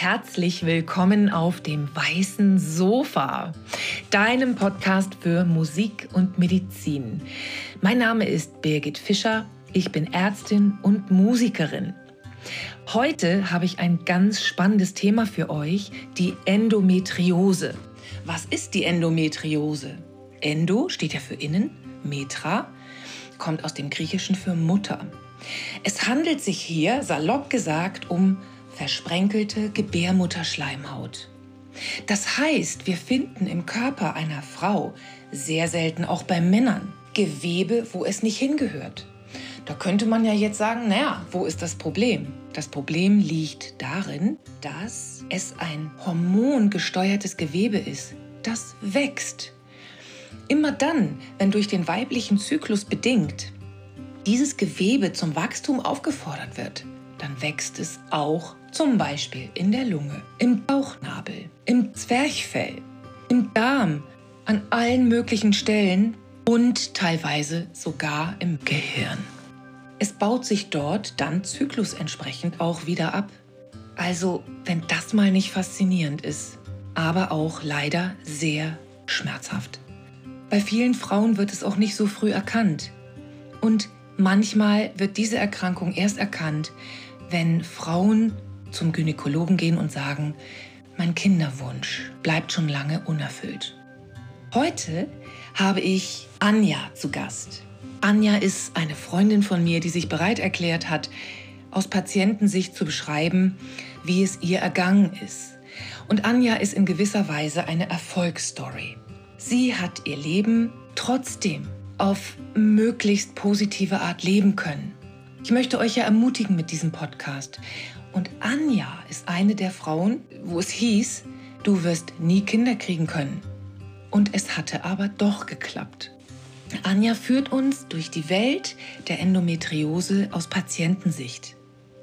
Herzlich willkommen auf dem weißen Sofa, deinem Podcast für Musik und Medizin. Mein Name ist Birgit Fischer, ich bin Ärztin und Musikerin. Heute habe ich ein ganz spannendes Thema für euch, die Endometriose. Was ist die Endometriose? Endo steht ja für innen, Metra kommt aus dem Griechischen für Mutter. Es handelt sich hier, salopp gesagt, um versprenkelte Gebärmutterschleimhaut. Das heißt, wir finden im Körper einer Frau, sehr selten auch bei Männern, Gewebe, wo es nicht hingehört. Da könnte man ja jetzt sagen, naja, wo ist das Problem? Das Problem liegt darin, dass es ein hormongesteuertes Gewebe ist, das wächst. Immer dann, wenn durch den weiblichen Zyklus bedingt dieses Gewebe zum Wachstum aufgefordert wird, dann wächst es auch zum Beispiel in der Lunge, im Bauchnabel, im Zwerchfell, im Darm, an allen möglichen Stellen und teilweise sogar im Gehirn. Es baut sich dort dann zyklusentsprechend auch wieder ab. Also, wenn das mal nicht faszinierend ist, aber auch leider sehr schmerzhaft. Bei vielen Frauen wird es auch nicht so früh erkannt. Und manchmal wird diese Erkrankung erst erkannt, wenn Frauen zum Gynäkologen gehen und sagen, mein Kinderwunsch bleibt schon lange unerfüllt. Heute habe ich Anja zu Gast. Anja ist eine Freundin von mir, die sich bereit erklärt hat, aus Patientensicht zu beschreiben, wie es ihr ergangen ist. Und Anja ist in gewisser Weise eine Erfolgsstory. Sie hat ihr Leben trotzdem auf möglichst positive Art leben können. Ich möchte euch ja ermutigen mit diesem Podcast. Und Anja ist eine der Frauen, wo es hieß, du wirst nie Kinder kriegen können. Und es hatte aber doch geklappt. Anja führt uns durch die Welt der Endometriose aus Patientensicht.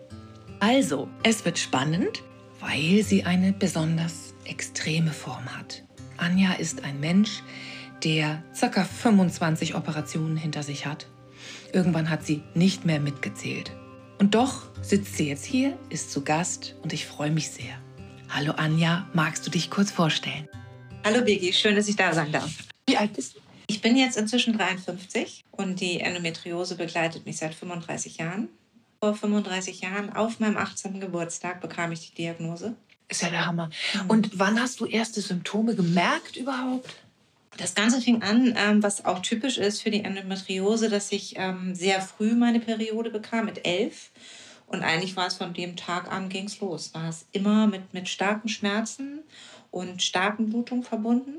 Also, es wird spannend, weil sie eine besonders extreme Form hat. Anja ist ein Mensch, der ca. 25 Operationen hinter sich hat. Irgendwann hat sie nicht mehr mitgezählt. Und doch sitzt sie jetzt hier, ist zu Gast und ich freue mich sehr. Hallo Anja, magst du dich kurz vorstellen? Hallo Birgi, schön, dass ich da sein darf. Wie alt bist du? Ich bin jetzt inzwischen 53 und die Endometriose begleitet mich seit 35 Jahren. Vor 35 Jahren, auf meinem 18. Geburtstag, bekam ich die Diagnose. Ist ja der Hammer. Und wann hast du erste Symptome gemerkt überhaupt? Das Ganze fing an, was auch typisch ist für die Endometriose, dass ich sehr früh meine Periode bekam, mit 11. Und eigentlich war es von dem Tag an, ging es los. War es immer mit starken Schmerzen und starken Blutungen verbunden.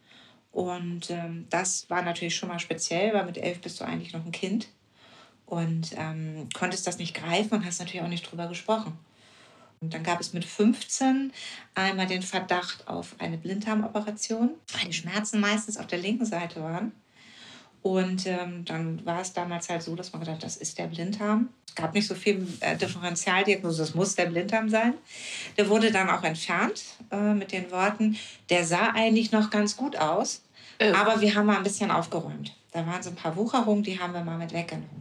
Und das war natürlich schon mal speziell, weil mit 11 bist du eigentlich noch ein Kind. Und konntest das nicht greifen und hast natürlich auch nicht drüber gesprochen. Und dann gab es mit 15 einmal den Verdacht auf eine Blinddarmoperation, weil die Schmerzen meistens auf der linken Seite waren. Und dann war es damals halt so, dass man gedacht hat, das ist der Blinddarm. Es gab nicht so viel Differentialdiagnose, das muss der Blinddarm sein. Der wurde dann auch entfernt mit den Worten, der sah eigentlich noch ganz gut aus, aber wir haben mal ein bisschen aufgeräumt. Da waren so ein paar Wucherungen, die haben wir mal mit weggenommen.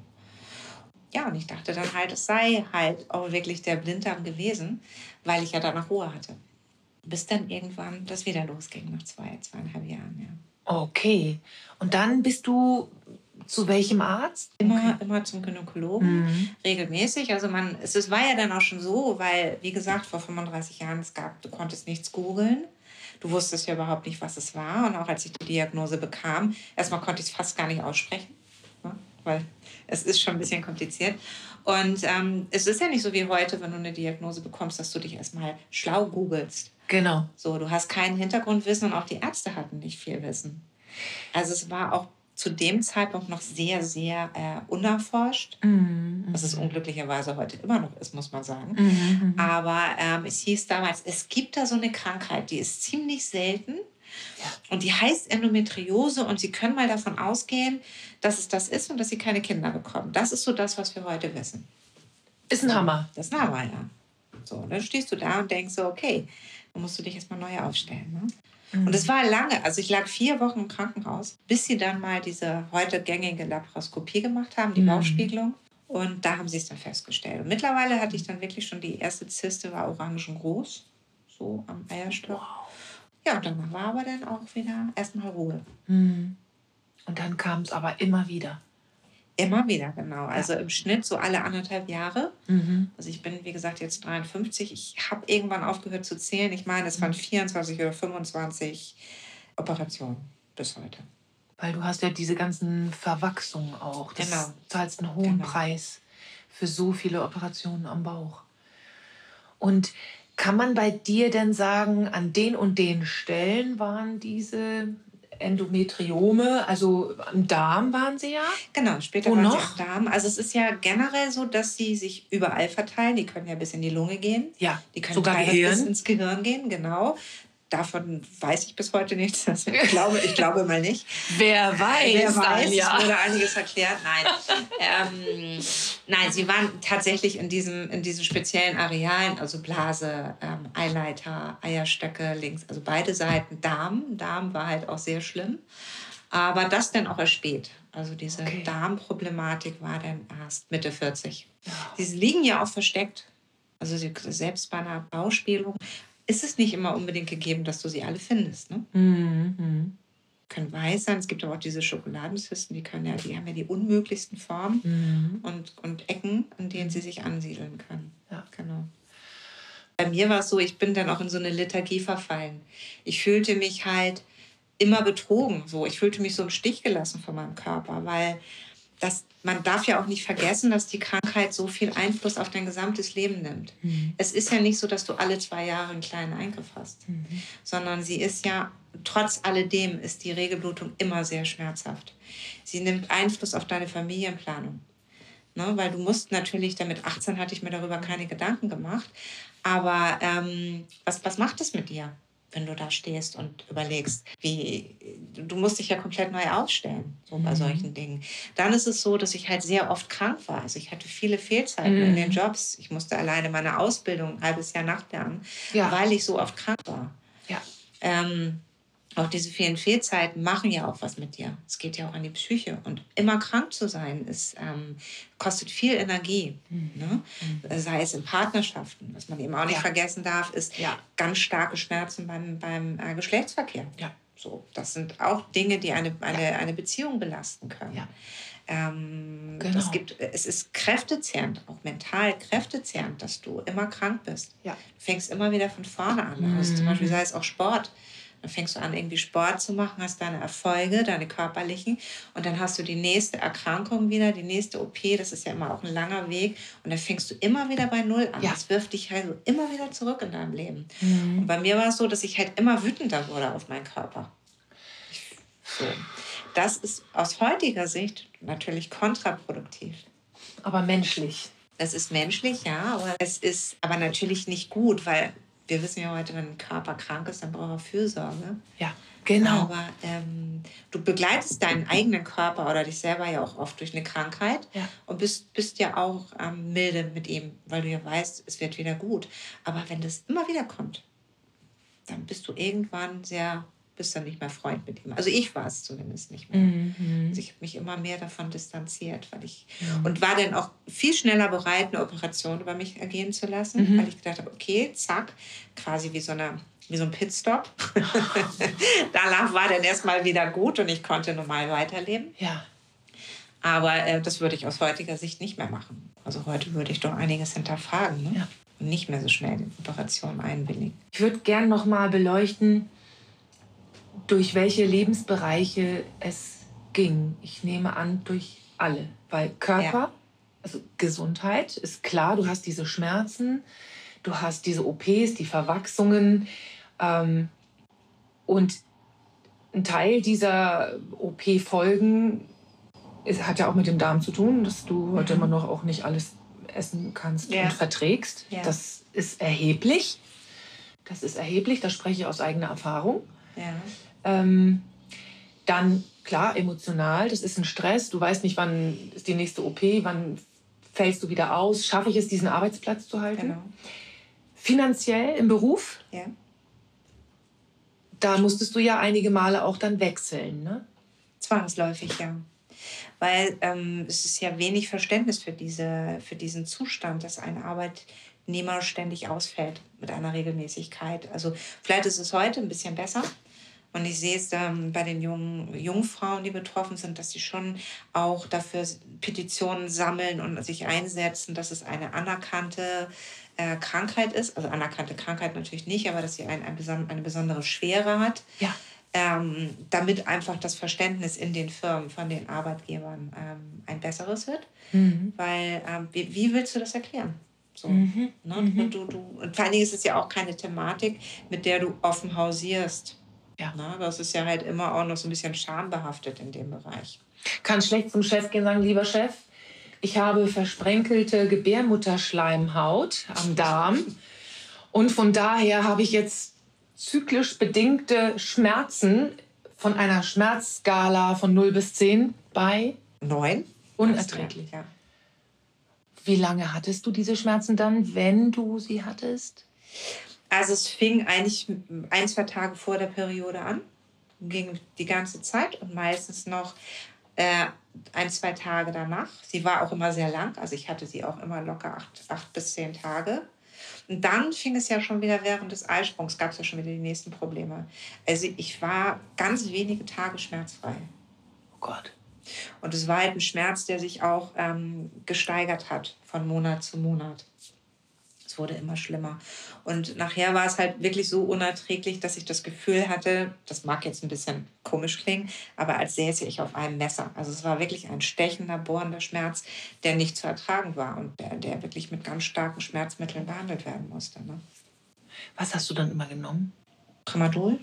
Ja, und ich dachte dann halt, es sei halt auch wirklich der Blinddarm gewesen, weil ich ja danach Ruhe hatte. Bis dann irgendwann das wieder losging, nach 2,5 Jahren, ja. Okay. Und dann bist du zu welchem Arzt? Immer zum Gynäkologen, regelmäßig. Also es war ja dann auch schon so, weil, wie gesagt, vor 35 Jahren, du konntest nichts googeln. Du wusstest ja überhaupt nicht, was es war. Und auch als ich die Diagnose bekam, erstmal konnte ich es fast gar nicht aussprechen, ne? Weil es ist schon ein bisschen kompliziert. Und es ist ja nicht so wie heute, wenn du eine Diagnose bekommst, dass du dich erstmal schlau googelst. Genau. So, du hast kein Hintergrundwissen und auch die Ärzte hatten nicht viel Wissen. Also es war auch zu dem Zeitpunkt noch sehr, sehr unerforscht, was es unglücklicherweise heute immer noch ist, muss man sagen. Aber es hieß damals, es gibt da so eine Krankheit, die ist ziemlich selten. Ja. Und die heißt Endometriose und Sie können mal davon ausgehen, dass es das ist und dass Sie keine Kinder bekommen. Das ist so das, was wir heute wissen. Ist ein Hammer. Das ist ein Hammer, ja. So, dann stehst du da und denkst so, okay, dann musst du dich erstmal neu aufstellen. Ne? Und es war lange, also ich lag 4 Wochen im Krankenhaus, bis sie dann mal diese heute gängige Laparoskopie gemacht haben, die Bauchspiegelung. Und da haben sie es dann festgestellt. Und mittlerweile hatte ich dann wirklich schon die erste Zyste, war orangengroß. so am Eierstock. Wow. Ja, und danach war aber dann auch wieder erstmal Ruhe. Und dann kam es aber immer wieder. Immer wieder, genau. Also Ja. im Schnitt so alle 1,5 Jahre. Also ich bin, wie gesagt, jetzt 53. Ich habe irgendwann aufgehört zu zählen. Ich meine, es waren 24 oder 25 Operationen bis heute. Weil du hast ja diese ganzen Verwachsungen auch. Das Genau. zahlst einen hohen Preis für so viele Operationen am Bauch. Und kann man bei dir denn sagen, an den und den Stellen waren diese Endometriome, also am Darm waren sie ja? Genau, später Wo waren noch? sie am Darm. Also es ist ja generell so, dass sie sich überall verteilen. Die können ja bis in die Lunge gehen. Ja, Die können sogar teilweise Gehirn. bis ins Gehirn gehen, genau. Davon weiß ich bis heute nichts. Also ich glaube mal nicht. Wer weiß, Anja. es wurde einiges erklärt. Nein, sie waren tatsächlich in diesen speziellen Arealen, also Blase, Eileiter, Eierstöcke links, also beide Seiten, Darm. Darm war halt auch sehr schlimm. Aber das dann auch erst spät. Also diese Darmproblematik war dann erst Mitte 40. Sie liegen ja auch versteckt. Also selbst bei einer Bauchspiegelung ist es nicht immer unbedingt gegeben, dass du sie alle findest. Ne? Können weiß sein. Es gibt aber auch diese Schokoladenzysten, die haben ja die unmöglichsten Formen und Ecken, in denen sie sich ansiedeln können. Ja. Genau. Bei mir war es so, ich bin dann auch in so eine Lethargie verfallen. Ich fühlte mich halt immer betrogen. So. Ich fühlte mich so im Stich gelassen von meinem Körper, weil man darf ja auch nicht vergessen, dass die Krankheit so viel Einfluss auf dein gesamtes Leben nimmt. Es ist ja nicht so, dass du alle 2 Jahre einen kleinen Eingriff hast, sondern sie ist ja, trotz alledem ist die Regelblutung immer sehr schmerzhaft. Sie nimmt Einfluss auf deine Familienplanung. Ne? Weil du musst natürlich, damit 18 hatte ich mir darüber keine Gedanken gemacht, aber was macht es mit dir? Wenn du da stehst und überlegst, du musst dich ja komplett neu aufstellen, so bei solchen Dingen. Dann ist es so, dass ich halt sehr oft krank war. Also ich hatte viele Fehlzeiten in den Jobs. Ich musste alleine meine Ausbildung ein halbes Jahr nachlernen, weil ich so oft krank war. Ja. Auch diese vielen Fehlzeiten machen ja auch was mit dir. Es geht ja auch an die Psyche. Und immer krank zu sein, kostet viel Energie. Ne? Sei es in Partnerschaften. Was man eben auch nicht vergessen darf, ist ganz starke Schmerzen beim Geschlechtsverkehr. Ja. So, das sind auch Dinge, die eine Beziehung belasten können. Ja. Genau. Es ist kräftezehrend, auch mental kräftezehrend, dass du immer krank bist. Ja. Du fängst immer wieder von vorne an. Also zum Beispiel sei es auch Sport. Dann fängst du an, irgendwie Sport zu machen, hast deine Erfolge, deine körperlichen. Und dann hast du die nächste Erkrankung wieder, die nächste OP. Das ist ja immer auch ein langer Weg. Und dann fängst du immer wieder bei Null an. Ja. Das wirft dich halt so immer wieder zurück in deinem Leben. Und bei mir war es so, dass ich halt immer wütender wurde auf meinen Körper. So. Das ist aus heutiger Sicht natürlich kontraproduktiv. Aber menschlich. Es ist menschlich, ja, aber es ist aber natürlich nicht gut, weil wir wissen ja heute, wenn ein Körper krank ist, dann braucht er Fürsorge. Ja, genau. Aber du begleitest deinen eigenen Körper oder dich selber ja auch oft durch eine Krankheit und bist ja auch milde mit ihm, weil du ja weißt, es wird wieder gut. Aber wenn das immer wieder kommt, dann bist du irgendwann bist dann nicht mehr Freund mit ihm. Also ich war es zumindest nicht mehr. Also ich habe mich immer mehr davon distanziert, und war dann auch viel schneller bereit, eine Operation über mich ergehen zu lassen, weil ich gedacht habe, okay, zack, quasi wie so ein Pitstop. Danach war dann erstmal wieder gut und ich konnte normal weiterleben. Ja. Aber das würde ich aus heutiger Sicht nicht mehr machen. Also heute würde ich doch einiges hinterfragen, ne? Ja. Und nicht mehr so schnell in Operationen einwilligen. Ich würde gerne noch mal beleuchten, durch welche Lebensbereiche es ging. Ich nehme an, durch alle. Weil Körper, also Gesundheit, ist klar, du hast diese Schmerzen, du hast diese OPs, die Verwachsungen. Und ein Teil dieser OP-Folgen hat ja auch mit dem Darm zu tun, dass du heute immer noch auch nicht alles essen kannst und verträgst. Ja. Das ist erheblich. Da spreche ich aus eigener Erfahrung. Ja. Dann, klar, emotional, das ist ein Stress. Du weißt nicht, wann ist die nächste OP, wann fällst du wieder aus, schaffe ich es, diesen Arbeitsplatz zu halten. Genau. Finanziell im Beruf, da musstest du ja einige Male auch dann wechseln, ne? Zwangsläufig, ja. Weil es ist ja wenig Verständnis für diesen Zustand, dass ein niemals ständig ausfällt mit einer Regelmäßigkeit. Also vielleicht ist es heute ein bisschen besser. Und ich sehe es bei den jungen Frauen, die betroffen sind, dass sie schon auch dafür Petitionen sammeln und sich einsetzen, dass es eine anerkannte Krankheit ist. Also anerkannte Krankheit natürlich nicht, aber dass sie eine besondere Schwere hat. Ja. Damit einfach das Verständnis in den Firmen von den Arbeitgebern ein besseres wird. Weil, wie willst du das erklären? So, ne? Und vor allen Dingen ist es ja auch keine Thematik, mit der du offen hausierst. Ja. Na, das ist ja halt immer auch noch so ein bisschen schambehaftet in dem Bereich. Kann schlecht zum Chef gehen und sagen, lieber Chef, ich habe versprenkelte Gebärmutterschleimhaut am Darm und von daher habe ich jetzt zyklisch bedingte Schmerzen von einer Schmerzskala von 0 bis 10 bei 9. Unerträglich. Ja. Wie lange hattest du diese Schmerzen dann, wenn du sie hattest? Also es fing eigentlich 1-2 Tage vor der Periode an, ging die ganze Zeit und meistens noch 1-2 Tage danach. Sie war auch immer sehr lang, also ich hatte sie auch immer locker 8 bis 10 Tage. Und dann fing es ja schon wieder während des Eisprungs, gab es ja schon wieder die nächsten Probleme. Also ich war ganz wenige Tage schmerzfrei. Oh Gott. Und es war halt ein Schmerz, der sich auch gesteigert hat von Monat zu Monat. Es wurde immer schlimmer. Und nachher war es halt wirklich so unerträglich, dass ich das Gefühl hatte, das mag jetzt ein bisschen komisch klingen, aber als säße ich auf einem Messer. Also es war wirklich ein stechender, bohrender Schmerz, der nicht zu ertragen war und der wirklich mit ganz starken Schmerzmitteln behandelt werden musste. Ne? Was hast du dann immer genommen? Tramadol.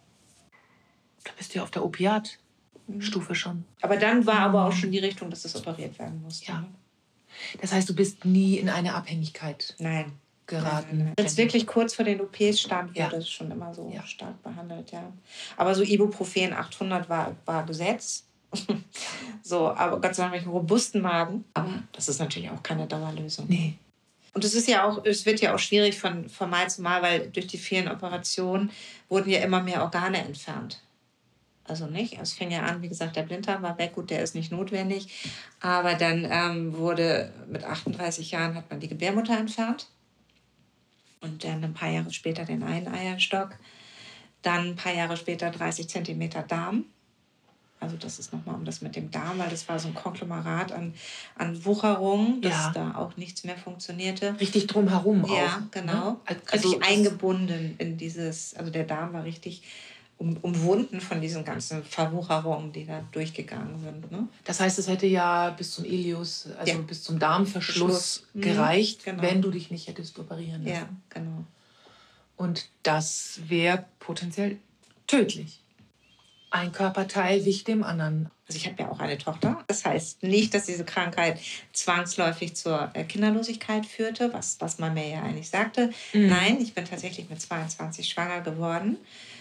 Da bist du ja auf der Opiatstufe schon. Aber dann war aber auch schon die Richtung, dass das operiert werden musste. Ja. Ne? Das heißt, du bist nie in eine Abhängigkeit geraten. Nein. Als wirklich kurz vor den OPs stand, Ja. wurde es schon immer so stark behandelt. Ja. Aber so Ibuprofen 800 war Gesetz. So, aber Gott sei Dank habe ich einen robusten Magen. Aber das ist natürlich auch keine Dauerlösung. Nee. Und es wird ja auch schwierig von Mal zu Mal, weil durch die vielen Operationen wurden ja immer mehr Organe entfernt. Also nicht. Es fing ja an, wie gesagt, der Blinddarm war weg, gut, der ist nicht notwendig. Aber dann wurde mit 38 Jahren hat man die Gebärmutter entfernt. Und dann ein paar Jahre später den einen Eierstock. Dann ein paar Jahre später 30 Zentimeter Darm. Also das ist nochmal um das mit dem Darm, weil das war so ein Konglomerat an Wucherung, dass da auch nichts mehr funktionierte. Richtig drumherum auch. Ja, genau. Ne? Also eingebunden in dieses, also der Darm war richtig umwunden von diesen ganzen Verwucherungen, die da durchgegangen sind. Ne? Das heißt, es hätte ja bis zum Ileus, also bis zum Darmverschluss gereicht, genau. wenn du dich nicht hättest operieren lassen. Ja, genau. Und das wäre potenziell tödlich. Ein Körperteil wich dem anderen. Also ich habe ja auch eine Tochter. Das heißt nicht, dass diese Krankheit zwangsläufig zur Kinderlosigkeit führte, was man mir ja eigentlich sagte. Nein, ich bin tatsächlich mit 22 schwanger geworden.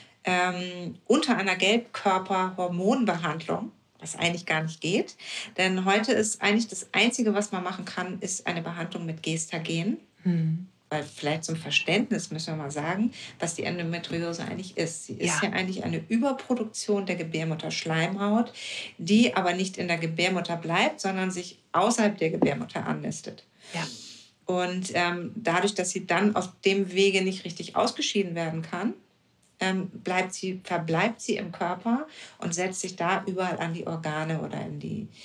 Unter einer Gelbkörperhormonbehandlung, was eigentlich gar nicht geht. Denn heute ist eigentlich das Einzige, was man machen kann, ist eine Behandlung mit Gestagen. Weil vielleicht zum Verständnis müssen wir mal sagen, was die Endometriose eigentlich ist. Sie ist ja eigentlich eine Überproduktion der Gebärmutterschleimhaut, die aber nicht in der Gebärmutter bleibt, sondern sich außerhalb der Gebärmutter annistet. Ja. Und dadurch, dass sie dann auf dem Wege nicht richtig ausgeschieden werden kann, verbleibt sie im Körper und setzt sich da überall an die Organe oder in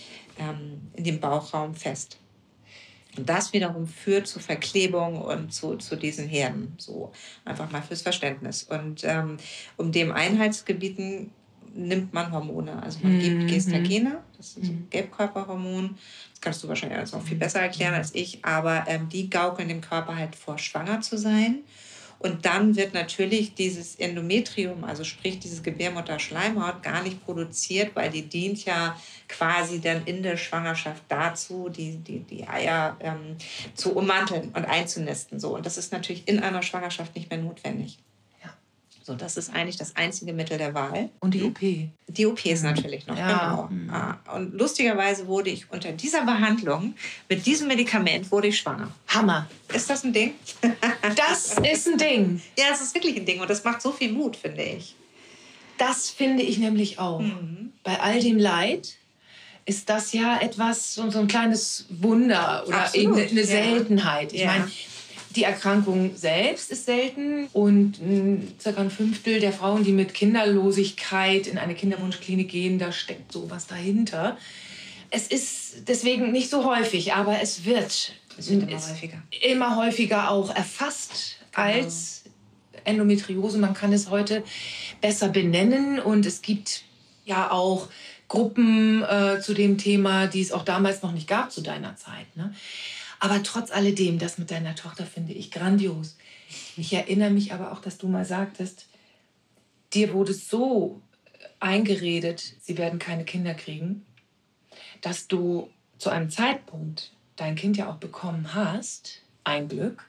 den Bauchraum fest. Und das wiederum führt zu Verklebung und zu diesen Herden. So einfach mal fürs Verständnis. Und um dem Einhalt zu gebieten, nimmt man Hormone. Also man gibt Gestagene, das ist ein Gelbkörperhormon. Das kannst du wahrscheinlich alles noch viel besser erklären als ich. Aber die gaukeln dem Körper halt vor, schwanger zu sein. Und dann wird natürlich dieses Endometrium, also sprich diese Gebärmutterschleimhaut, gar nicht produziert, weil die dient ja quasi dann in der Schwangerschaft dazu, die Eier zu ummanteln und einzunisten. So. Und das ist natürlich in einer Schwangerschaft nicht mehr notwendig. Ja. So, das ist eigentlich das einzige Mittel der Wahl. Und die OP. Die OPs natürlich noch, genau. Und lustigerweise wurde ich unter dieser Behandlung, mit diesem Medikament, wurde ich schwanger. Hammer. Ist das ein Ding? Das ist ein Ding. Ja, es ist wirklich ein Ding und das macht so viel Mut, finde ich. Das finde ich nämlich auch. Bei all dem Leid ist das ja etwas, so ein kleines Wunder oder eben eine Seltenheit. Ich meine, Die Erkrankung selbst ist selten und circa ein Fünftel der Frauen, die mit Kinderlosigkeit in eine Kinderwunschklinik gehen, da steckt sowas dahinter. Es ist deswegen nicht so häufig, aber es wird immer häufiger auch erfasst als Endometriose. Man kann es heute besser benennen und es gibt ja auch Gruppen zu dem Thema, die es auch damals noch nicht gab zu deiner Zeit. Ne? Aber trotz alledem, das mit deiner Tochter finde ich grandios. Ich erinnere mich aber auch, dass du mal sagtest, dir wurde so eingeredet, sie werden keine Kinder kriegen, dass du zu einem Zeitpunkt dein Kind ja auch bekommen hast, ein Glück,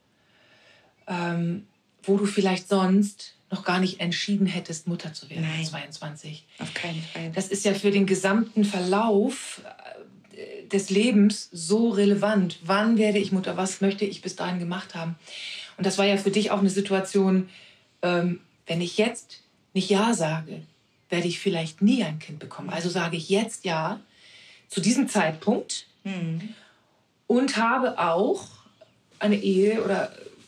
wo du vielleicht sonst noch gar nicht entschieden hättest, Mutter zu werden mit 22. Auf keinen Fall. Das ist ja für den gesamten Verlauf des Lebens so relevant. Wann werde ich Mutter? Was möchte ich bis dahin gemacht haben? Und das war ja für dich auch eine Situation, wenn ich jetzt nicht Ja sage, werde ich vielleicht nie ein Kind bekommen. Also sage ich jetzt Ja zu diesem Zeitpunkt und habe auch eine Ehe oder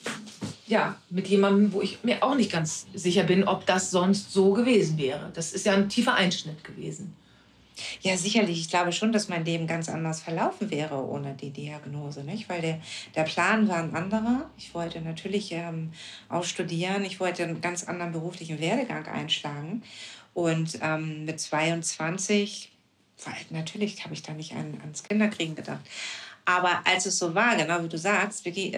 ja, mit jemandem, wo ich mir auch nicht ganz sicher bin, ob das sonst so gewesen wäre. Das ist ja ein tiefer Einschnitt gewesen. Ja, sicherlich. Ich glaube schon, dass mein Leben ganz anders verlaufen wäre ohne die Diagnose. Nicht? Weil der Plan war ein anderer. Ich wollte natürlich auch studieren. Ich wollte einen ganz anderen beruflichen Werdegang einschlagen. Und mit 22, natürlich habe ich da nicht ans Kinderkriegen gedacht. Aber als es so war, genau wie du sagst, Vicky,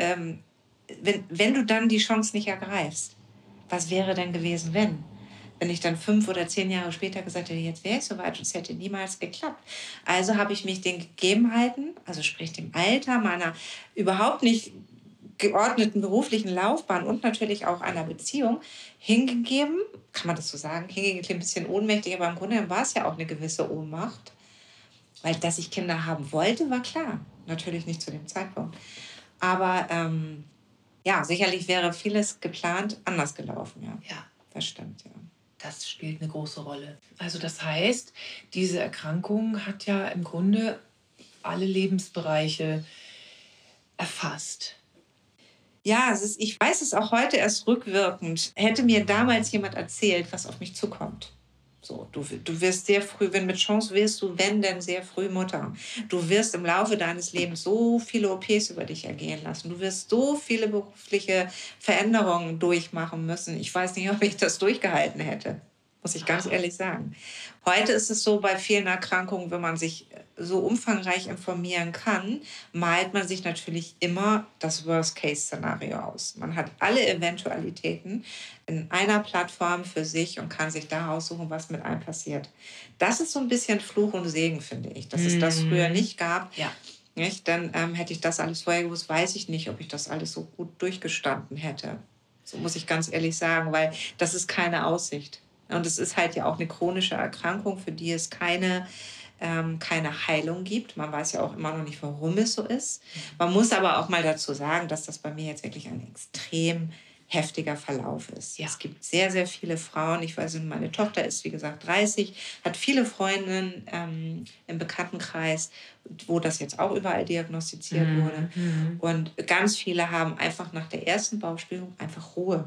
wenn du dann die Chance nicht ergreifst, was wäre denn gewesen, wenn? Wenn ich dann 5 oder 10 Jahre später gesagt hätte, jetzt wäre ich soweit und es hätte niemals geklappt. Also habe ich mich den Gegebenheiten, also sprich dem Alter meiner überhaupt nicht geordneten beruflichen Laufbahn und natürlich auch einer Beziehung hingegeben, kann man das so sagen, hingegeben, klingt ein bisschen ohnmächtig, aber im Grunde war es ja auch eine gewisse Ohnmacht. Weil, dass ich Kinder haben wollte, war klar. Natürlich nicht zu dem Zeitpunkt. Aber ja, sicherlich wäre vieles geplant anders gelaufen. Ja, das stimmt, ja. Das spielt eine große Rolle. Also das heißt, diese Erkrankung hat ja im Grunde alle Lebensbereiche erfasst. Ja, ich weiß es auch heute erst rückwirkend. Hätte mir damals jemand erzählt, was auf mich zukommt. So, du wirst sehr früh, wenn mit Chance wirst du, wenn denn sehr früh Mutter. Du wirst im Laufe deines Lebens so viele OPs über dich ergehen lassen. Du wirst so viele berufliche Veränderungen durchmachen müssen. Ich weiß nicht, ob ich das durchgehalten hätte, muss ich ganz ehrlich sagen. Heute ist es so, bei vielen Erkrankungen, wenn man sich so umfangreich informieren kann, malt man sich natürlich immer das Worst-Case-Szenario aus. Man hat alle Eventualitäten in einer Plattform für sich und kann sich da aussuchen, was mit einem passiert. Das ist so ein bisschen Fluch und Segen, finde ich, dass es das früher nicht gab. Ja. Nicht? Dann hätte ich das alles vorher gewusst, weiß ich nicht, ob ich das alles so gut durchgestanden hätte. So muss ich ganz ehrlich sagen, weil das ist keine Aussicht. Und es ist halt ja auch eine chronische Erkrankung, für die es keine Heilung gibt. Man weiß ja auch immer noch nicht, warum es so ist. Man muss aber auch mal dazu sagen, dass das bei mir jetzt wirklich ein extrem heftiger Verlauf ist. Ja. Es gibt sehr, sehr viele Frauen. Ich weiß, meine Tochter ist, wie gesagt, 30, hat viele Freundinnen im Bekanntenkreis, wo das jetzt auch überall diagnostiziert wurde. Und ganz viele haben einfach nach der ersten Bauchspiegelung einfach Ruhe.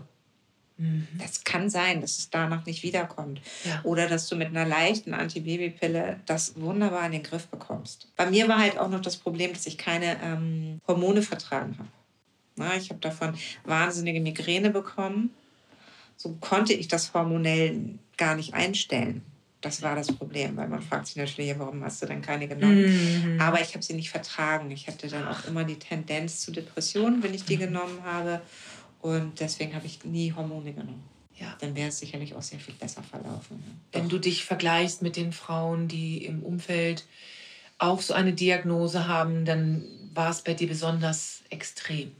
Das kann sein, dass es danach nicht wiederkommt. Ja. Oder dass du mit einer leichten Antibabypille das wunderbar in den Griff bekommst. Bei mir war halt auch noch das Problem, dass ich keine Hormone vertragen habe. Ich habe davon wahnsinnige Migräne bekommen. So konnte ich das hormonell gar nicht einstellen. Das war das Problem, weil man fragt sich natürlich, warum hast du denn keine genommen? Aber ich habe sie nicht vertragen. Ich hatte dann auch immer die Tendenz zu Depressionen, wenn ich die genommen habe. Und deswegen habe ich nie Hormone genommen. Ja. Dann wäre es sicherlich auch sehr viel besser verlaufen. Ja. Wenn du dich vergleichst mit den Frauen, die im Umfeld auch so eine Diagnose haben, dann war es bei dir besonders extrem.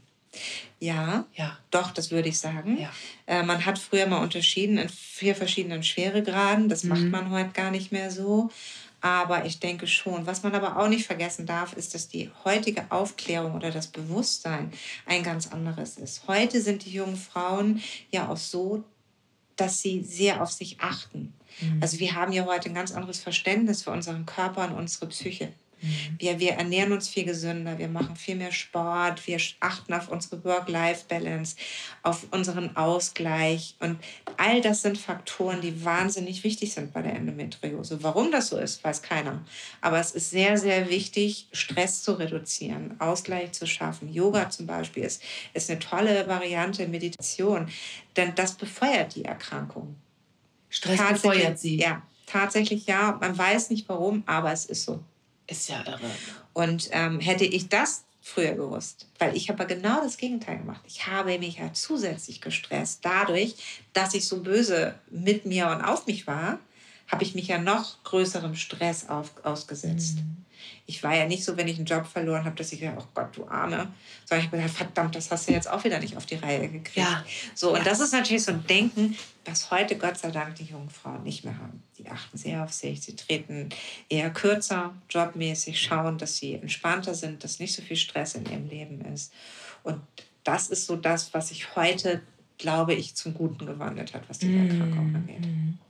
Ja, doch, das würde ich sagen. Ja. Man hat früher mal unterschieden in 4 verschiedenen Schweregraden. Das macht man heute gar nicht mehr so. Aber ich denke schon. Was man aber auch nicht vergessen darf, ist, dass die heutige Aufklärung oder das Bewusstsein ein ganz anderes ist. Heute sind die jungen Frauen ja auch so, dass sie sehr auf sich achten. Also wir haben ja heute ein ganz anderes Verständnis für unseren Körper und unsere Psyche. Wir ernähren uns viel gesünder, wir machen viel mehr Sport, wir achten auf unsere Work-Life-Balance, auf unseren Ausgleich. Und all das sind Faktoren, die wahnsinnig wichtig sind bei der Endometriose. Warum das so ist, weiß keiner. Aber es ist sehr, sehr wichtig, Stress zu reduzieren, Ausgleich zu schaffen. Yoga zum Beispiel ist eine tolle Variante, Meditation, denn das befeuert die Erkrankung. Stress befeuert sie? Ja, tatsächlich ja. Man weiß nicht warum, aber es ist so. Ist ja irre. Und hätte ich das früher gewusst, weil ich habe ja genau das Gegenteil gemacht. Ich habe mich ja zusätzlich gestresst. Dadurch, dass ich so böse mit mir und auf mich war, habe ich mich ja noch größerem Stress ausgesetzt. Ich war ja nicht so, wenn ich einen Job verloren habe, dass ich dachte, oh Gott, du Arme. Sondern ich habe gedacht, verdammt, das hast du jetzt auch wieder nicht auf die Reihe gekriegt. Ja. So, und das ist natürlich so ein Denken, was heute Gott sei Dank die jungen Frauen nicht mehr haben. Die achten sehr auf sich, sie treten eher kürzer, jobmäßig, schauen, dass sie entspannter sind, dass nicht so viel Stress in ihrem Leben ist. Und das ist so das, was sich heute, glaube ich, zum Guten gewandelt hat, was die Erkrankung angeht.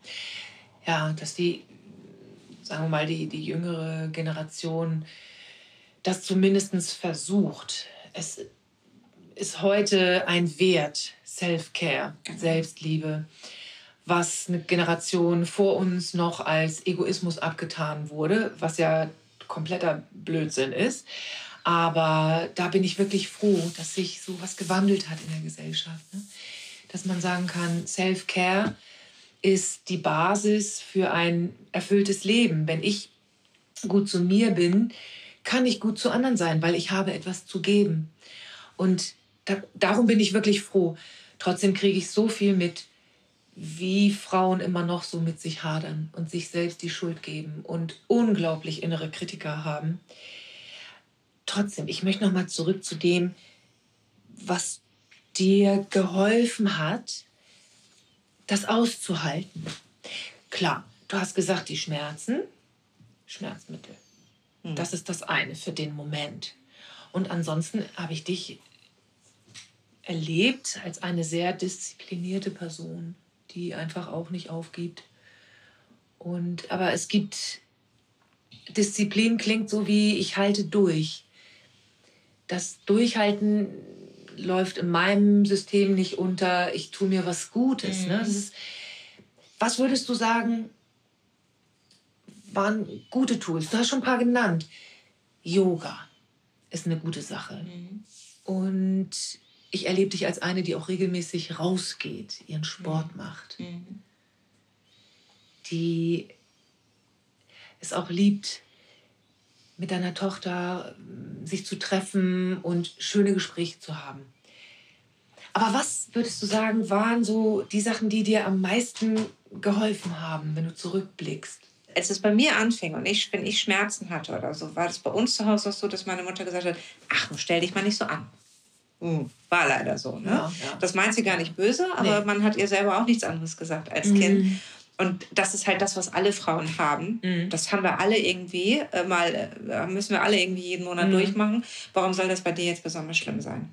Ja, dass die, sagen wir mal, die jüngere Generation das zumindest versucht. Es ist heute ein Wert, Self-Care, Selbstliebe, was eine Generation vor uns noch als Egoismus abgetan wurde, was ja kompletter Blödsinn ist. Aber da bin ich wirklich froh, dass sich so was gewandelt hat in der Gesellschaft. Ne? Dass man sagen kann, Self-Care ist die Basis für ein erfülltes Leben. Wenn ich gut zu mir bin, kann ich gut zu anderen sein, weil ich habe etwas zu geben. Und darum bin ich wirklich froh. Trotzdem kriege ich so viel mit, wie Frauen immer noch so mit sich hadern und sich selbst die Schuld geben und unglaublich innere Kritiker haben. Trotzdem, ich möchte noch mal zurück zu dem, was dir geholfen hat, das auszuhalten. Klar, du hast gesagt, die Schmerzen, Schmerzmittel. Das ist das eine für den Moment. Und ansonsten habe ich dich erlebt als eine sehr disziplinierte Person, die einfach auch nicht aufgibt. Aber es gibt, Disziplin klingt so wie, ich halte durch. Das Durchhalten läuft in meinem System nicht unter, ich tue mir was Gutes. Ne? Was würdest du sagen, waren gute Tools? Du hast schon ein paar genannt. Yoga ist eine gute Sache. Und ich erlebe dich als eine, die auch regelmäßig rausgeht, ihren Sport macht. Die es auch liebt, mit deiner Tochter sich zu treffen und schöne Gespräche zu haben. Aber was würdest du sagen, waren so die Sachen, die dir am meisten geholfen haben, wenn du zurückblickst? Als es bei mir anfing und wenn ich Schmerzen hatte oder so, war das bei uns zu Hause auch so, dass meine Mutter gesagt hat, ach, stell dich mal nicht so an. War leider so. Ne? Ja. Das meint sie gar nicht böse, aber man hat ihr selber auch nichts anderes gesagt als Kind. Und das ist halt das, was alle Frauen haben. Das haben wir alle irgendwie müssen wir alle irgendwie jeden Monat durchmachen. Warum soll das bei dir jetzt besonders schlimm sein?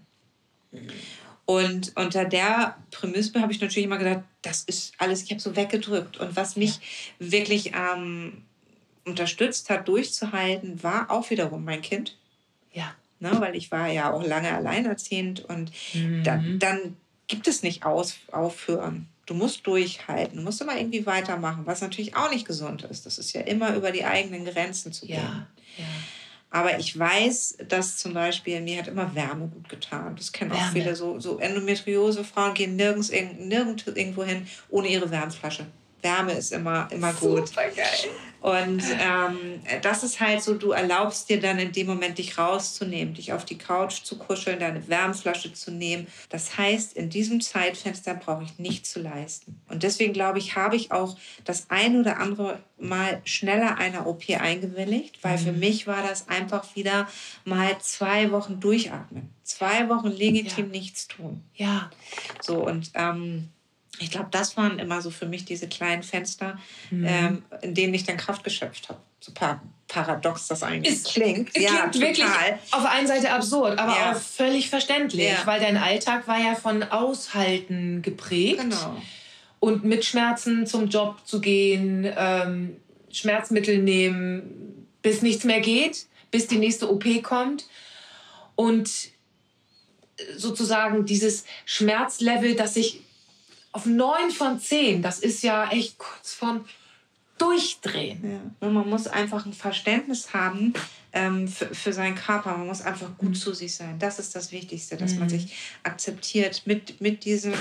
Und unter der Prämisse habe ich natürlich immer gedacht, das ist alles, ich habe so weggedrückt. Und was mich wirklich unterstützt hat, durchzuhalten, war auch wiederum mein Kind. Ja. Ne, weil ich war ja auch lange alleinerziehend und dann gibt es nicht aufhören. Du musst durchhalten, du musst immer irgendwie weitermachen, was natürlich auch nicht gesund ist. Das ist ja immer über die eigenen Grenzen zu gehen. Ja. Aber ich weiß, dass zum Beispiel, mir hat immer Wärme gut getan. Das kennen auch viele, so Endometriose-Frauen gehen nirgends irgendwo hin ohne ihre Wärmflasche. Wärme ist immer gut. Super geil. Und das ist halt so, du erlaubst dir dann in dem Moment, dich rauszunehmen, dich auf die Couch zu kuscheln, deine Wärmflasche zu nehmen. Das heißt, in diesem Zeitfenster brauche ich nichts zu leisten. Und deswegen, glaube ich, habe ich auch das ein oder andere Mal schneller einer OP eingewilligt, weil für mich war das einfach wieder mal 2 Wochen durchatmen. 2 Wochen legitim nichts tun. Ja. So, und ich glaube, das waren immer so für mich diese kleinen Fenster, in denen ich dann Kraft geschöpft habe. So paradox das eigentlich klingt. Es klingt wirklich auf der einen Seite absurd, aber auch völlig verständlich, weil dein Alltag war ja von Aushalten geprägt. Genau. Und mit Schmerzen zum Job zu gehen, Schmerzmittel nehmen, bis nichts mehr geht. bis die nächste OP kommt. Und sozusagen dieses Schmerzlevel, das sich auf 9 von 10, das ist ja echt kurz vorm Durchdrehen. Ja. Und man muss einfach ein Verständnis haben für seinen Körper. Man muss einfach gut zu sich sein. Das ist das Wichtigste, dass man sich akzeptiert mit dieser,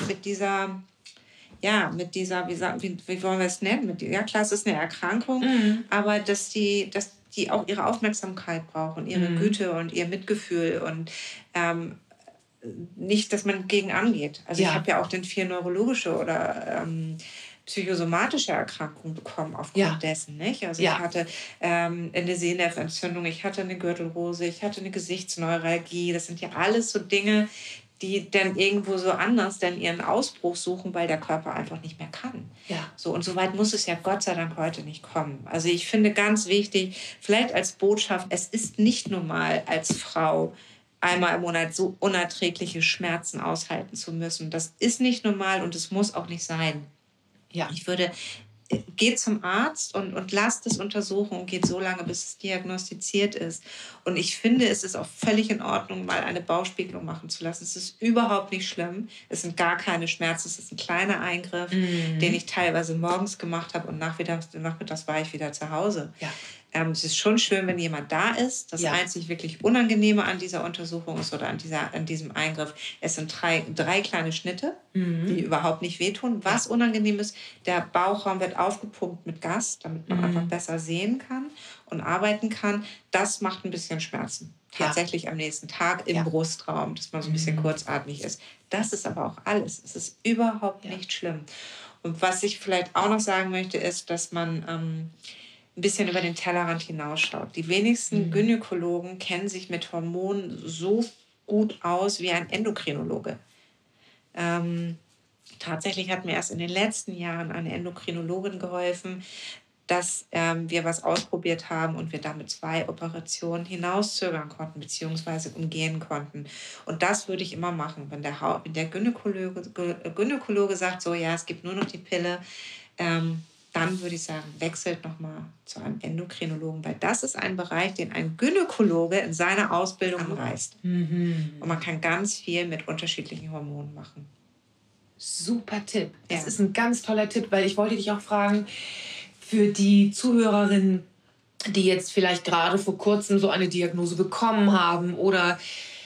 wie wollen wir es nennen? Ja, klar, es ist eine Erkrankung, aber dass die auch ihre Aufmerksamkeit brauchen, ihre Güte und ihr Mitgefühl und nicht, dass man gegen angeht. Also ich habe ja auch dann 4 neurologische oder psychosomatische Erkrankungen bekommen aufgrund dessen. Nicht? Also ich hatte eine Sehnervenentzündung, ich hatte eine Gürtelrose, ich hatte eine Gesichtsneuralgie. Das sind ja alles so Dinge, die dann irgendwo so anders dann ihren Ausbruch suchen, weil der Körper einfach nicht mehr kann. Ja. So, und so weit muss es ja Gott sei Dank heute nicht kommen. Also ich finde ganz wichtig, vielleicht als Botschaft, es ist nicht normal als Frau einmal im Monat so unerträgliche Schmerzen aushalten zu müssen. Das ist nicht normal und es muss auch nicht sein. Ja. Ich würde, geht zum Arzt und lasst es untersuchen und geht so lange, bis es diagnostiziert ist. Und ich finde, es ist auch völlig in Ordnung, mal eine Bauchspiegelung machen zu lassen. Es ist überhaupt nicht schlimm. Es sind gar keine Schmerzen. Es ist ein kleiner Eingriff, den ich teilweise morgens gemacht habe und nachmittags war ich wieder zu Hause. Ja. Es ist schon schön, wenn jemand da ist. Das einzig wirklich Unangenehme an dieser Untersuchung ist oder an diesem Eingriff, es sind drei kleine Schnitte, die überhaupt nicht wehtun. Was unangenehm ist, der Bauchraum wird aufgepumpt mit Gas, damit man einfach besser sehen kann und arbeiten kann. Das macht ein bisschen Schmerzen. Tatsächlich am nächsten Tag im Brustraum, dass man so ein bisschen kurzatmig ist. Das ist aber auch alles. Es ist überhaupt nicht schlimm. Und was ich vielleicht auch noch sagen möchte, ist, dass man ein bisschen über den Tellerrand hinausschaut. Die wenigsten Gynäkologen kennen sich mit Hormonen so gut aus wie ein Endokrinologe. Tatsächlich hat mir erst in den letzten Jahren eine Endokrinologin geholfen, dass wir was ausprobiert haben und wir damit 2 Operationen hinauszögern konnten bzw. umgehen konnten. Und das würde ich immer machen, wenn der Gynäkologe sagt, so ja, es gibt nur noch die Pille, dann würde ich sagen, wechselt nochmal zu einem Endokrinologen, weil das ist ein Bereich, den ein Gynäkologe in seiner Ausbildung anreißt. Und man kann ganz viel mit unterschiedlichen Hormonen machen. Super Tipp. Das ist ein ganz toller Tipp, weil ich wollte dich auch fragen, für die Zuhörerinnen, die jetzt vielleicht gerade vor kurzem so eine Diagnose bekommen haben oder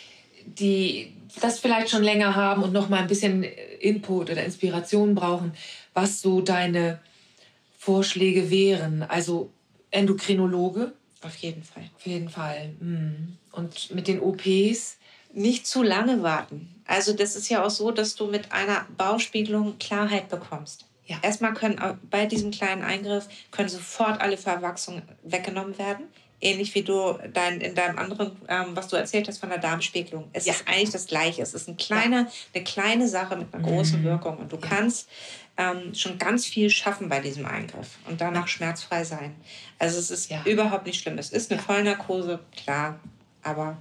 die das vielleicht schon länger haben und noch mal ein bisschen Input oder Inspiration brauchen, was so deine Vorschläge wären. Also Endokrinologe? Auf jeden Fall. Auf jeden Fall. Und mit den OPs? Nicht zu lange warten. Also das ist ja auch so, dass du mit einer Bauchspiegelung Klarheit bekommst. Ja. Erstmal können bei diesem kleinen Eingriff sofort alle Verwachsungen weggenommen werden. Ähnlich wie du in deinem anderen, was du erzählt hast von der Darmspiegelung. Es ist eigentlich das Gleiche. Es ist eine kleine Sache mit einer großen Wirkung. Und du kannst schon ganz viel schaffen bei diesem Eingriff und danach schmerzfrei sein. Also es ist überhaupt nicht schlimm. Es ist eine Vollnarkose, klar, aber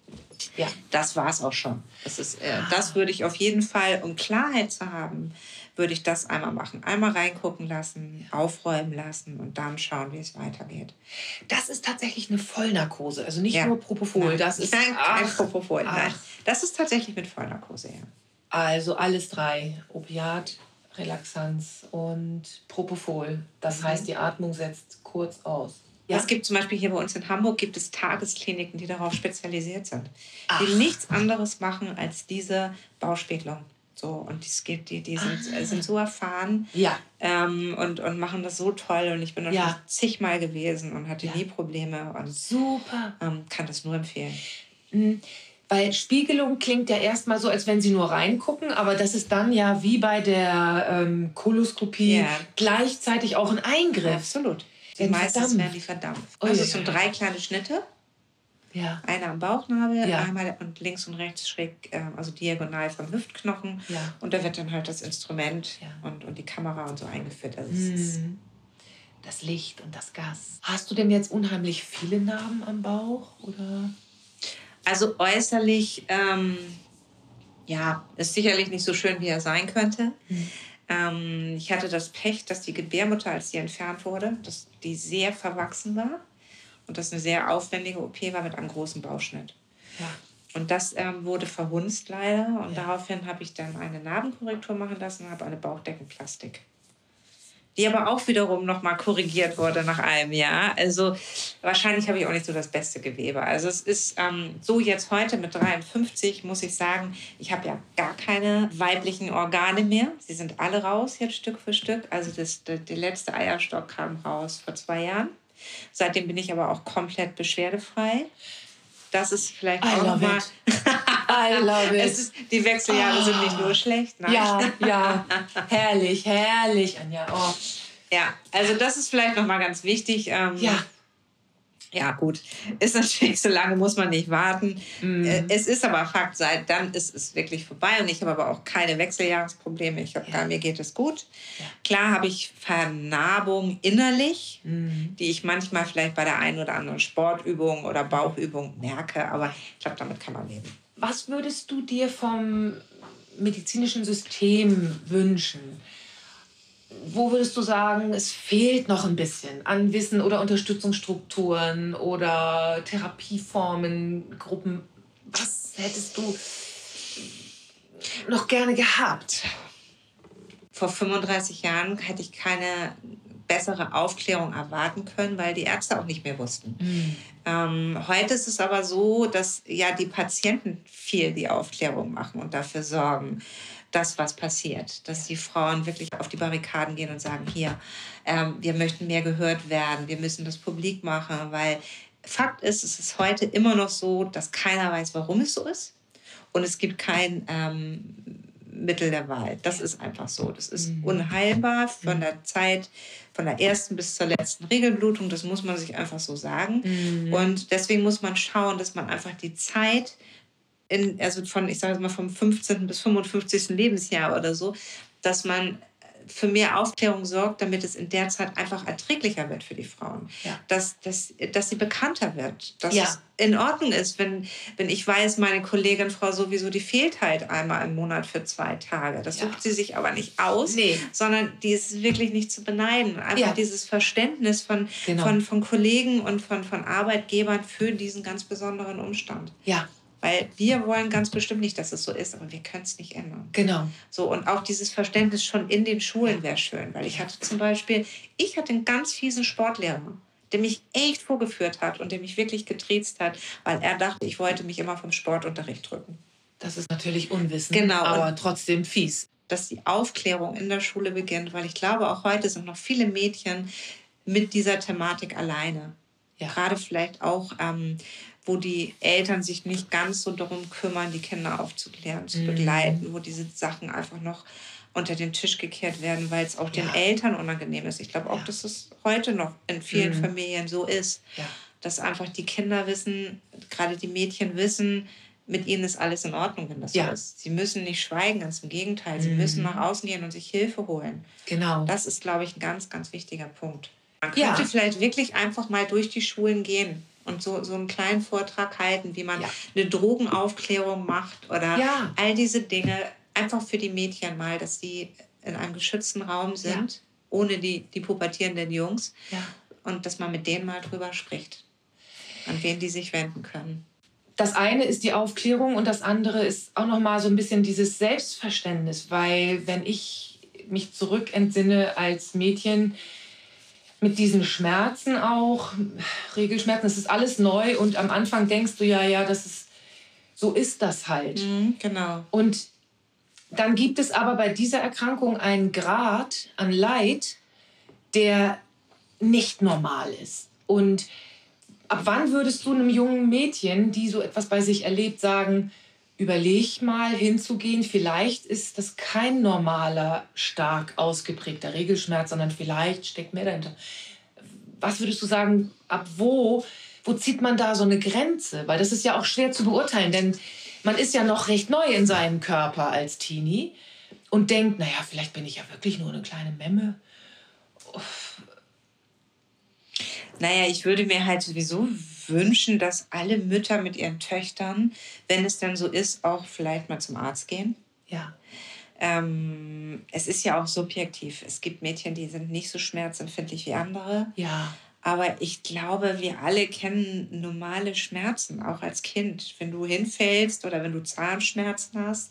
das war es auch schon. Das würde ich auf jeden Fall, um Klarheit zu haben, würde ich das einmal machen. Einmal reingucken lassen, aufräumen lassen und dann schauen, wie es weitergeht. Das ist tatsächlich eine Vollnarkose, also nicht nur Propofol. Nein. Das ist kein Propofol. Nein. Das ist tatsächlich mit Vollnarkose, ja. Also alles 3. Opiat, Relaxanz und Propofol. Das heißt, die Atmung setzt kurz aus. Ja. Es gibt zum Beispiel hier bei uns in Hamburg gibt es Tageskliniken, die darauf spezialisiert sind. Die nichts anderes machen als diese Bauchspiegelung. So, und die sind so erfahren und machen das so toll. Und ich bin da schon zigmal gewesen und hatte nie Probleme. Und, super. Kann das nur empfehlen. Weil Spiegelung klingt ja erstmal so, als wenn sie nur reingucken, aber das ist dann ja wie bei der Koloskopie gleichzeitig auch ein Eingriff. Absolut. Meistens werden die verdampft. Also es sind 3 kleine Schnitte. Ja. Einer am Bauchnabel, einmal und links und rechts schräg, also diagonal vom Hüftknochen. Ja. Und da wird dann halt das Instrument und die Kamera und so eingeführt. Also das Licht und das Gas. Hast du denn jetzt unheimlich viele Narben am Bauch? Oder? Also äußerlich, ist sicherlich nicht so schön, wie er sein könnte. Ich hatte das Pech, dass die Gebärmutter, als die entfernt wurde, dass die sehr verwachsen war. und das eine sehr aufwendige OP war mit einem großen Bauchschnitt. Ja. Und das wurde verhunzt leider und daraufhin habe ich dann eine Narbenkorrektur machen lassen und habe eine Bauchdeckenplastik, die aber auch wiederum nochmal korrigiert wurde nach einem Jahr. Also wahrscheinlich habe ich auch nicht so das beste Gewebe. Also es ist so jetzt heute mit 53, muss ich sagen, ich habe ja gar keine weiblichen Organe mehr. Sie sind alle raus jetzt Stück für Stück. Also der letzte Eierstock kam raus vor 2 Jahren. Seitdem bin ich aber auch komplett beschwerdefrei. Das ist vielleicht auch nochmal... I love it. Die Wechseljahre sind nicht nur schlecht. Nein. Ja. Herrlich, Anja. Oh. Ja, also das ist vielleicht nochmal ganz wichtig. Ja, gut. Ist natürlich, so lange muss man nicht warten. Es ist aber Fakt, seit dann ist es wirklich vorbei. Und ich habe aber auch keine Wechseljahresprobleme. Mir geht es gut. Ja. Klar habe ich Vernarbung innerlich, die ich manchmal vielleicht bei der einen oder anderen Sportübung oder Bauchübung merke. Aber ich glaube, damit kann man leben. Was würdest du dir vom medizinischen System wünschen? Wo würdest du sagen, es fehlt noch ein bisschen an Wissen oder Unterstützungsstrukturen oder Therapieformen, Gruppen? Was hättest du noch gerne gehabt? Vor 35 Jahren hätte ich keine bessere Aufklärung erwarten können, weil die Ärzte auch nicht mehr wussten. Heute ist es aber so, dass ja die Patienten viel die Aufklärung machen und dafür sorgen, dass was passiert. Dass die Frauen wirklich auf die Barrikaden gehen und sagen, hier, wir möchten mehr gehört werden, wir müssen das publik machen, weil Fakt ist, es ist heute immer noch so, dass keiner weiß, warum es so ist und es gibt kein Mittel der Wahl. Das ist einfach so. Das ist unheilbar von der Zeit, von der ersten bis zur letzten Regelblutung. Das muss man sich einfach so sagen. Und deswegen muss man schauen, dass man einfach die Zeit ich sage mal vom 15. bis 55. Lebensjahr oder so, dass man für mehr Aufklärung sorgt, damit es in der Zeit einfach erträglicher wird für die Frauen. Ja. Dass sie bekannter wird. Dass es in Ordnung ist, wenn ich weiß, meine Kollegin Frau sowieso, die fehlt halt einmal im Monat für 2 Tage. Das sucht sie sich aber nicht aus, sondern die ist wirklich nicht zu beneiden. Einfach dieses Verständnis von Kollegen und von Arbeitgebern für diesen ganz besonderen Umstand. Ja. Weil wir wollen ganz bestimmt nicht, dass es so ist, aber wir können es nicht ändern. Genau. So, und auch dieses Verständnis schon in den Schulen wäre schön. Weil ich hatte zum Beispiel, einen ganz fiesen Sportlehrer, der mich echt vorgeführt hat und der mich wirklich getriezt hat, weil er dachte, ich wollte mich immer vom Sportunterricht drücken. Das ist natürlich Unwissen, aber trotzdem fies. Dass die Aufklärung in der Schule beginnt, weil ich glaube, auch heute sind noch viele Mädchen mit dieser Thematik alleine. Ja. Gerade vielleicht auch... wo die Eltern sich nicht ganz so darum kümmern, die Kinder aufzuklären, zu begleiten, wo diese Sachen einfach noch unter den Tisch gekehrt werden, weil es auch den Eltern unangenehm ist. Ich glaube auch, dass es heute noch in vielen Familien so ist, dass einfach die Kinder wissen, gerade die Mädchen wissen, mit ihnen ist alles in Ordnung, wenn das so ist. Sie müssen nicht schweigen, ganz im Gegenteil. Sie müssen nach außen gehen und sich Hilfe holen. Genau. Das ist, glaube ich, ein ganz, ganz wichtiger Punkt. Man könnte vielleicht wirklich einfach mal durch die Schulen gehen und so einen kleinen Vortrag halten, wie man eine Drogenaufklärung macht oder all diese Dinge. Einfach für die Mädchen mal, dass sie in einem geschützten Raum sind, ohne die pubertierenden Jungs. Ja. Und dass man mit denen mal drüber spricht, an wen die sich wenden können. Das eine ist die Aufklärung und das andere ist auch noch mal so ein bisschen dieses Selbstverständnis. Weil wenn ich mich zurückentsinne als Mädchen, mit diesen Schmerzen auch, Regelschmerzen, das ist alles neu und am Anfang denkst du so ist das halt. Genau. Und dann gibt es aber bei dieser Erkrankung einen Grad an Leid, der nicht normal ist. Und ab wann würdest du einem jungen Mädchen, die so etwas bei sich erlebt, sagen, überleg mal hinzugehen, vielleicht ist das kein normaler, stark ausgeprägter Regelschmerz, sondern vielleicht steckt mehr dahinter. Was würdest du sagen, ab wo zieht man da so eine Grenze? Weil das ist ja auch schwer zu beurteilen, denn man ist ja noch recht neu in seinem Körper als Teenie und denkt, naja, vielleicht bin ich ja wirklich nur eine kleine Memme. Naja, ich würde mir halt sowieso wünschen, dass alle Mütter mit ihren Töchtern, wenn es dann so ist, auch vielleicht mal zum Arzt gehen. Ja. Es ist ja auch subjektiv. Es gibt Mädchen, die sind nicht so schmerzempfindlich wie andere. Ja. Aber ich glaube, wir alle kennen normale Schmerzen, auch als Kind. Wenn du hinfällst oder wenn du Zahnschmerzen hast.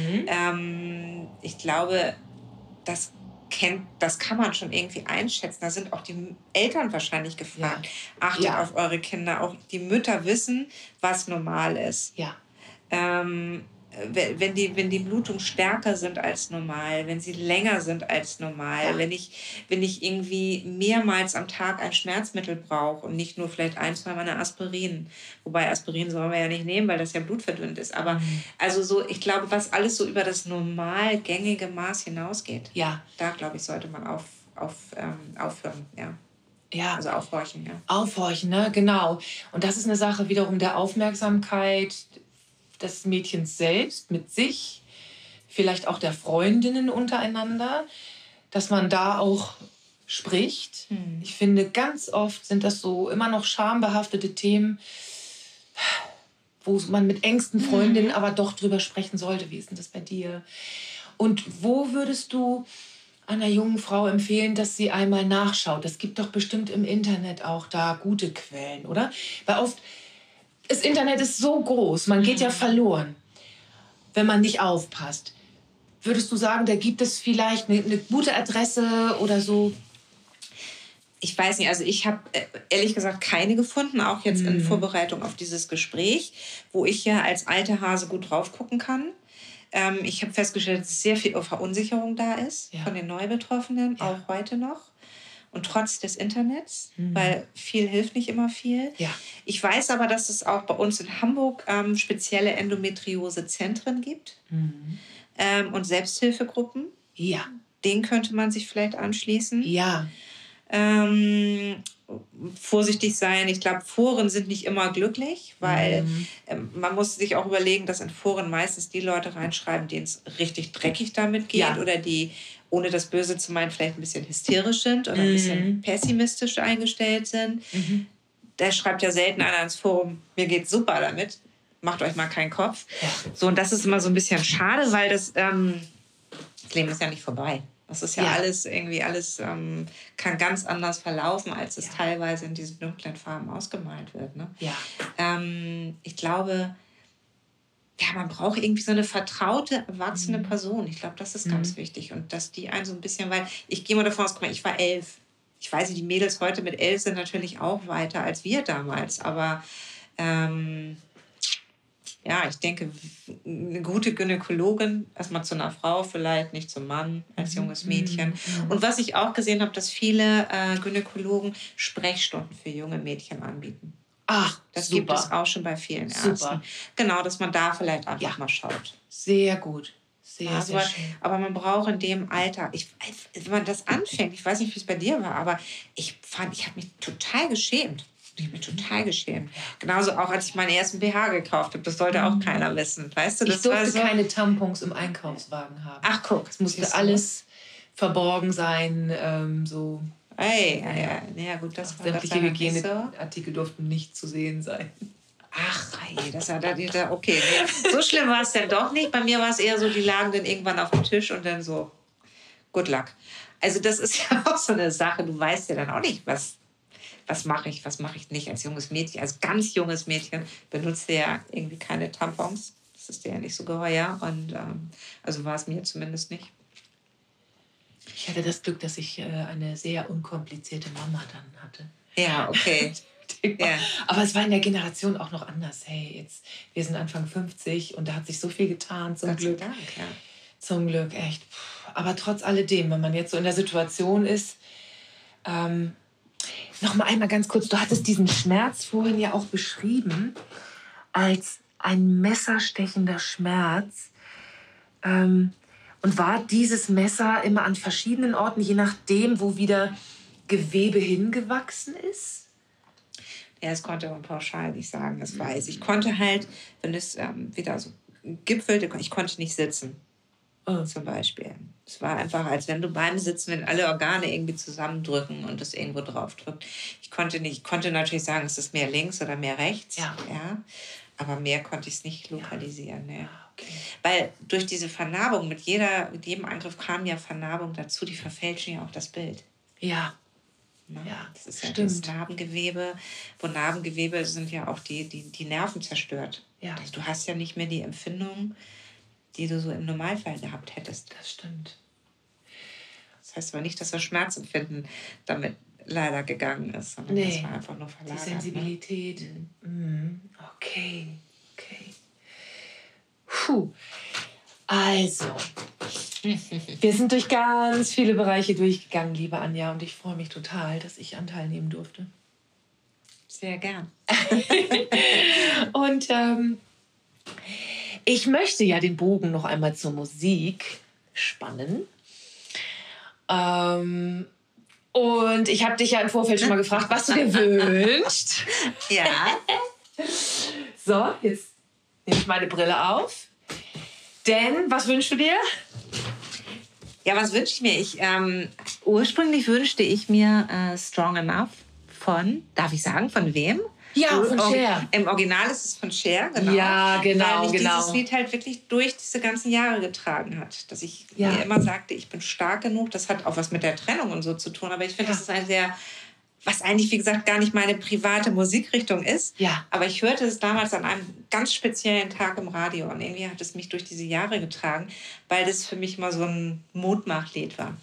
Ich glaube, das das kann man schon irgendwie einschätzen. Da sind auch die Eltern wahrscheinlich gefragt. Ja. Achtet auf eure Kinder. Auch die Mütter wissen, was normal ist. Ja. Wenn die Blutungen stärker sind als normal, wenn sie länger sind als normal, wenn ich irgendwie mehrmals am Tag ein Schmerzmittel brauche und nicht nur vielleicht 1-2 Mal eine Aspirin. Wobei Aspirin sollen wir ja nicht nehmen, weil das ja blutverdünnt ist. Aber also so, ich glaube, was alles so über das normal gängige Maß hinausgeht, da glaube ich, sollte man aufhören. Ja. Ja. Also aufhorchen, ja. Aufhorchen, ne? Genau. Und das ist eine Sache wiederum der Aufmerksamkeit des Mädchens selbst mit sich, vielleicht auch der Freundinnen untereinander, dass man da auch spricht. Ich finde, ganz oft sind das so immer noch schambehaftete Themen, wo man mit engsten Freundinnen aber doch drüber sprechen sollte. Wie ist denn das bei dir? Und wo würdest du einer jungen Frau empfehlen, dass sie einmal nachschaut? Es gibt doch bestimmt im Internet auch da gute Quellen, oder? Weil oft, das Internet ist so groß, man geht ja verloren, wenn man nicht aufpasst. Würdest du sagen, da gibt es vielleicht eine gute Adresse oder so? Ich weiß nicht, also ich habe ehrlich gesagt keine gefunden, auch jetzt in Vorbereitung auf dieses Gespräch, wo ich ja als alte Hase gut drauf gucken kann. Ich habe festgestellt, dass sehr viel Verunsicherung da ist von den Neubetroffenen, auch heute noch. Und trotz des Internets, weil viel hilft nicht immer viel. Ja. Ich weiß aber, dass es auch bei uns in Hamburg spezielle Endometriose-Zentren gibt und Selbsthilfegruppen. Ja. Denen könnte man sich vielleicht anschließen. Ja. Vorsichtig sein. Ich glaube, Foren sind nicht immer glücklich, weil man muss sich auch überlegen, dass in Foren meistens die Leute reinschreiben, denen es richtig dreckig damit geht oder die, ohne das Böse zu meinen, vielleicht ein bisschen hysterisch sind oder ein bisschen pessimistisch eingestellt sind. Der schreibt ja selten einer ins Forum, mir geht's super damit, macht euch mal keinen Kopf. Ja. So, und das ist immer so ein bisschen schade, weil das Leben ist ja nicht vorbei. Das ist ja alles kann ganz anders verlaufen, als es teilweise in diesen dunklen Farben ausgemalt wird. Ne? Ja. Ich glaube, man braucht irgendwie so eine vertraute, erwachsene Person. Ich glaube, das ist ganz wichtig. Und dass die einen so ein bisschen, weil ich gehe mal davon aus, guck mal, ich war 11. Ich weiß nicht, die Mädels heute mit 11 sind natürlich auch weiter als wir damals. Aber ich denke, eine gute Gynäkologin, erstmal zu einer Frau vielleicht, nicht zum Mann, als junges Mädchen. Und was ich auch gesehen habe, dass viele Gynäkologen Sprechstunden für junge Mädchen anbieten. Ach, das super. Gibt es auch schon bei vielen Ärzten. Super. Genau, dass man da vielleicht einfach mal schaut. Sehr gut. Sehr schön. Aber man braucht in dem Alter, wenn man das anfängt, ich weiß nicht, wie es bei dir war, aber ich habe mich total geschämt. Ich habe mich total geschämt. Genauso auch, als ich meinen ersten BH gekauft habe. Das sollte auch keiner wissen. Weißt du, das ich durfte keine Tampons im Einkaufswagen haben. Ach, guck. Es musste alles verborgen sein. So. Hey, ja, gut, das war sämtliche Hygieneartikel durften nicht zu sehen sein. Ach, das hat okay. Nee. So schlimm war es denn doch nicht. Bei mir war es eher so, die lagen dann irgendwann auf dem Tisch und dann so, good luck. Also das ist ja auch so eine Sache. Du weißt ja dann auch nicht, was mache ich nicht als junges Mädchen. Als ganz junges Mädchen benutzt ja irgendwie keine Tampons. Das ist dir ja nicht so geheuer. Und also war es mir zumindest nicht. Ich hatte das Glück, dass ich eine sehr unkomplizierte Mama dann hatte. Ja, okay. Ja. Aber es war in der Generation auch noch anders. Hey, jetzt, wir sind Anfang 50 und da hat sich so viel getan, zum Glück. Dank, ja. Zum Glück, echt. Aber trotz alledem, wenn man jetzt so in der Situation ist, noch mal einmal ganz kurz, du hattest diesen Schmerz vorhin ja auch beschrieben als ein messerstechender Schmerz. Und war dieses Messer immer an verschiedenen Orten, je nachdem, wo wieder Gewebe hingewachsen ist? Ja, das konnte man pauschal nicht sagen, das weiß ich. Ich konnte halt, wenn es wieder so gipfelte, ich konnte nicht sitzen, zum Beispiel. Es war einfach, als wenn du beim Sitzen, wenn alle Organe irgendwie zusammendrücken und das irgendwo drauf drückt. Ich konnte natürlich sagen, es ist mehr links oder mehr rechts, ja. Aber mehr konnte ich es nicht lokalisieren. Ne. Okay. Weil durch diese Vernarbung, mit jedem Angriff kam ja Vernarbung dazu, die verfälschen ja auch das Bild. Ja. Ne? Ja, das ist ja stimmt. das Narbengewebe. Wo Narbengewebe sind ja auch die Nerven zerstört. Ja. Also du hast ja nicht mehr die Empfindung, die du so im Normalfall gehabt hättest. Das stimmt. Das heißt aber nicht, dass das Schmerzempfinden damit leider gegangen ist, sondern das war einfach nur verlagert. Die Sensibilität. Ne? Okay. Puh. Also, wir sind durch ganz viele Bereiche durchgegangen, liebe Anja, und ich freue mich total, dass ich Anteil nehmen durfte. Sehr gern. Und ich möchte ja den Bogen noch einmal zur Musik spannen. Und ich habe dich ja im Vorfeld schon mal gefragt, was du dir wünschst. Ja. So, jetzt nehme ich meine Brille auf. Denn, was wünschst du dir? Ja, was wünsche ich mir? Ursprünglich wünschte ich mir Strong Enough darf ich sagen, von wem? Ja, von Cher. Im Original ist es von Cher, genau. Ja, genau, weil mich genau. dieses Lied halt wirklich durch diese ganzen Jahre getragen hat. Dass ich mir immer sagte, ich bin stark genug. Das hat auch was mit der Trennung und so zu tun. Aber ich finde, das ist ein sehr... was eigentlich, wie gesagt, gar nicht meine private Musikrichtung ist. Ja. Aber ich hörte es damals an einem ganz speziellen Tag im Radio. Und irgendwie hat es mich durch diese Jahre getragen, weil das für mich mal so ein Mutmachlied war.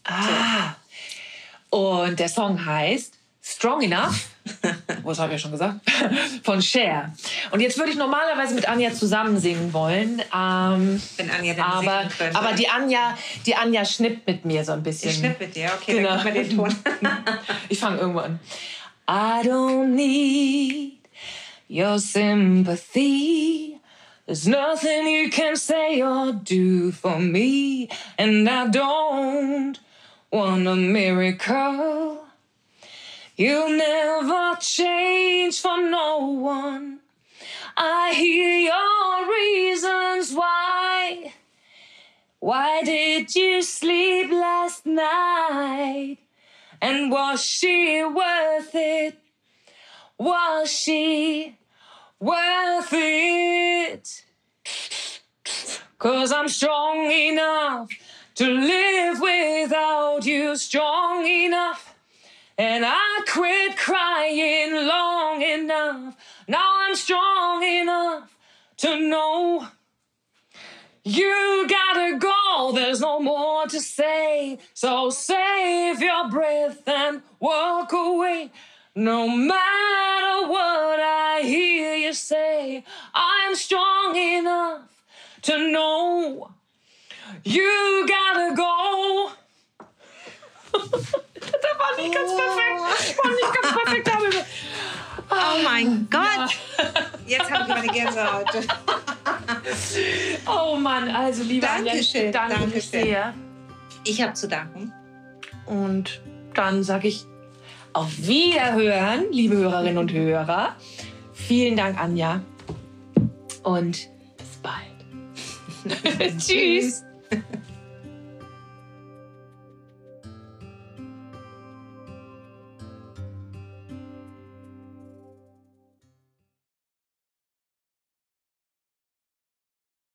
Und der Song heißt Strong Enough. Was habe ich ja schon gesagt? Von Cher. Und jetzt würde ich normalerweise mit Anja zusammen singen wollen. Wenn Anja dann singen könnte. Aber die Anja schnippt mit mir so ein bisschen. Ich schnipp mit dir, okay, genau. Dann gib mir den Ton. Ich fange irgendwo an. I don't need your sympathy. There's nothing you can say or do for me. And I don't want a miracle. You'll never change for no one. I hear your reasons why. Why did you sleep last night? And was she worth it? Was she worth it? 'Cause I'm strong enough to live without you, strong enough. And I quit crying long enough. Now I'm strong enough to know you gotta go. There's no more to say. So save your breath and walk away. No matter what I hear you say, I'm strong enough to know you gotta go. Das war nicht ganz perfekt. Oh mein Gott. Jetzt habe ich meine Gänsehaut. Oh Mann, also lieber Dankeschön. Danke dich sehr. Ich habe zu danken. Und dann sage ich auf Wiederhören, liebe Hörerinnen und Hörer. Vielen Dank, Anja. Und bis bald. Tschüss.